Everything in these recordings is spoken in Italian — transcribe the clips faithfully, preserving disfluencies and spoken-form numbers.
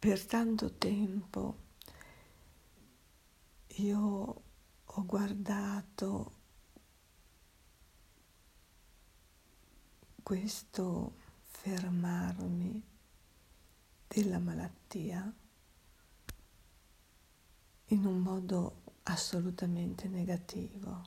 Per tanto tempo io ho guardato questo fermarmi della malattia in un modo assolutamente negativo.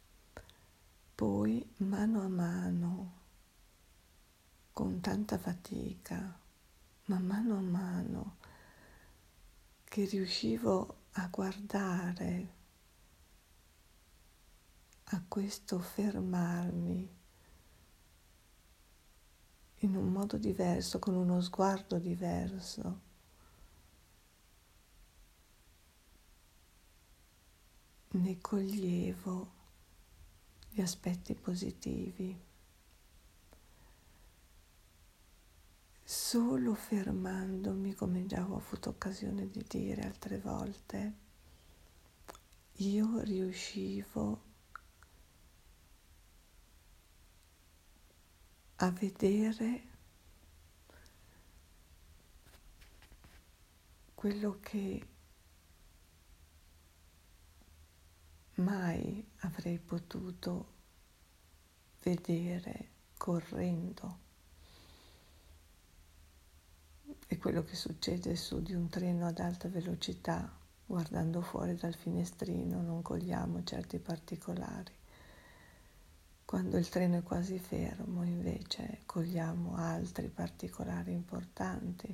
Poi, mano a mano, con tanta fatica, ma mano a mano che riuscivo a guardare a questo fermarmi in un modo diverso, con uno sguardo diverso, ne coglievo gli aspetti positivi. Solo fermandomi, come già ho avuto occasione di dire altre volte, io riuscivo a vedere quello che mai avrei potuto vedere correndo. È quello che succede su di un treno ad alta velocità. Guardando fuori dal finestrino non cogliamo certi particolari. Quando il treno è quasi fermo, invece, cogliamo altri particolari importanti.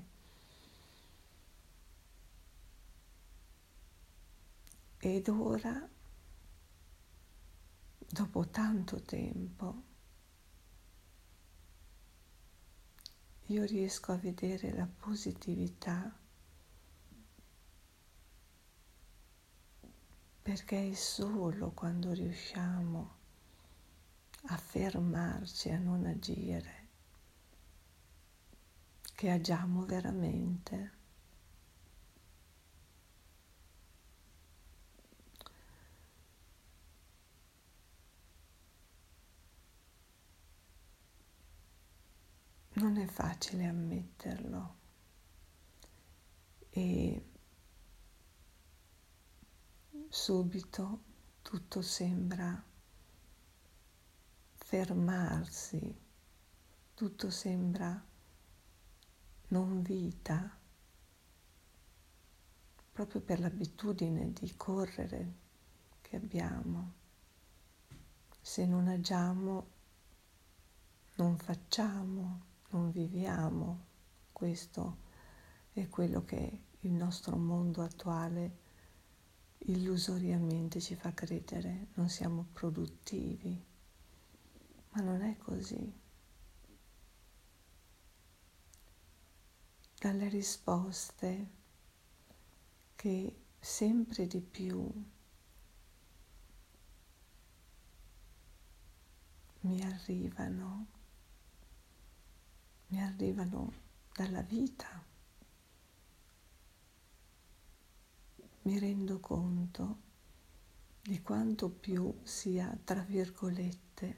Ed ora, dopo tanto tempo, io riesco a vedere la positività, perché è solo quando riusciamo a fermarci, a non agire, che agiamo veramente. Non è facile ammetterlo e subito tutto sembra fermarsi, tutto sembra non vita, proprio per l'abitudine di correre che abbiamo. Se non agiamo, non facciamo, non viviamo. Questo è quello che il nostro mondo attuale illusoriamente ci fa credere. Non siamo produttivi, ma non è così. Dalle risposte che sempre di più mi arrivano, mi arrivano dalla vita, mi rendo conto di quanto più sia, tra virgolette,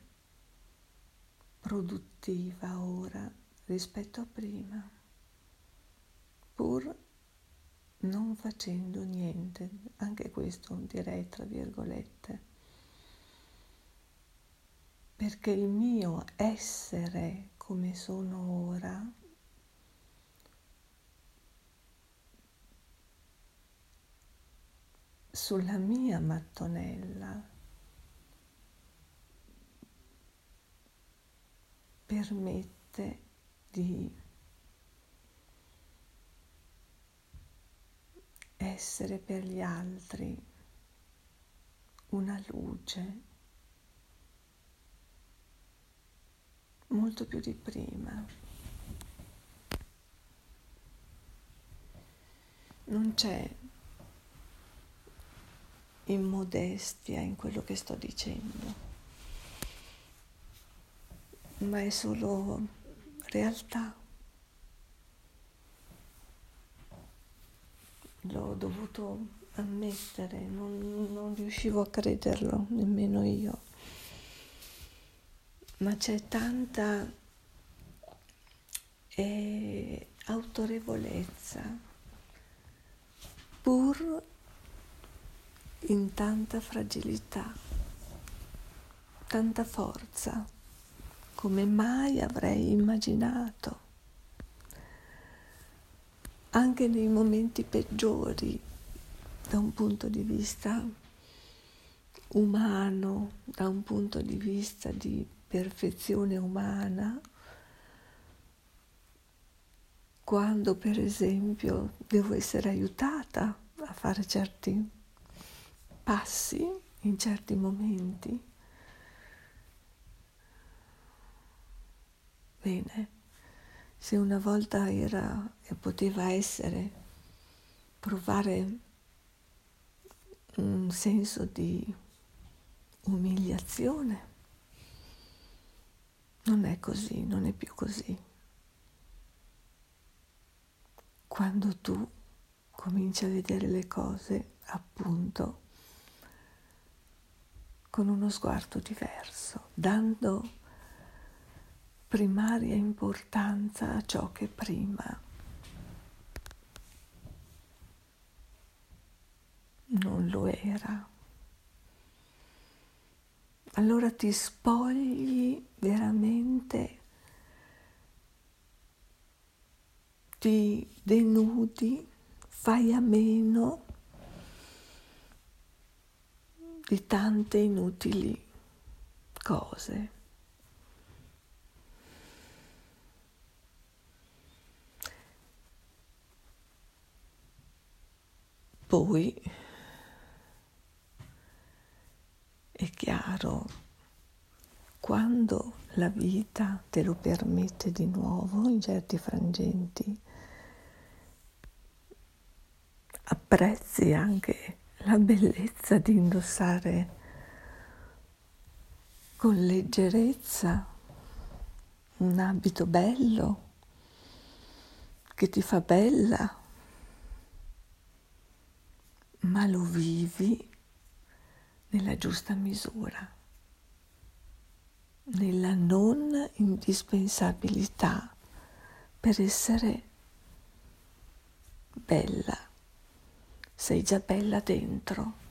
produttiva ora rispetto a prima, pur non facendo niente, anche questo direi tra virgolette, perché il mio essere come sono ora sulla mia mattonella permette di essere per gli altri una luce molto più di prima. Non c'è immodestia in quello che sto dicendo, ma è solo realtà. L'ho dovuto ammettere, non, non riuscivo a crederlo, nemmeno io. Ma c'è tanta eh, autorevolezza pur in tanta fragilità, tanta forza, come mai avrei immaginato. Anche nei momenti peggiori, da un punto di vista umano, da un punto di vista di perfezione umana, quando per esempio devo essere aiutata a fare certi passi in certi momenti, bene, se una volta era e poteva essere provare un senso di umiliazione, non è così, non è più così. Quando tu cominci a vedere le cose, appunto, con uno sguardo diverso, dando primaria importanza a ciò che prima non lo era. Allora ti spogli veramente, ti denudi, fai a meno di tante inutili cose. Poi è chiaro, quando la vita te lo permette di nuovo in certi frangenti, apprezzi anche la bellezza di indossare con leggerezza un abito bello che ti fa bella, ma lo vivi nella giusta misura, nella non indispensabilità per essere bella. Sei già bella dentro.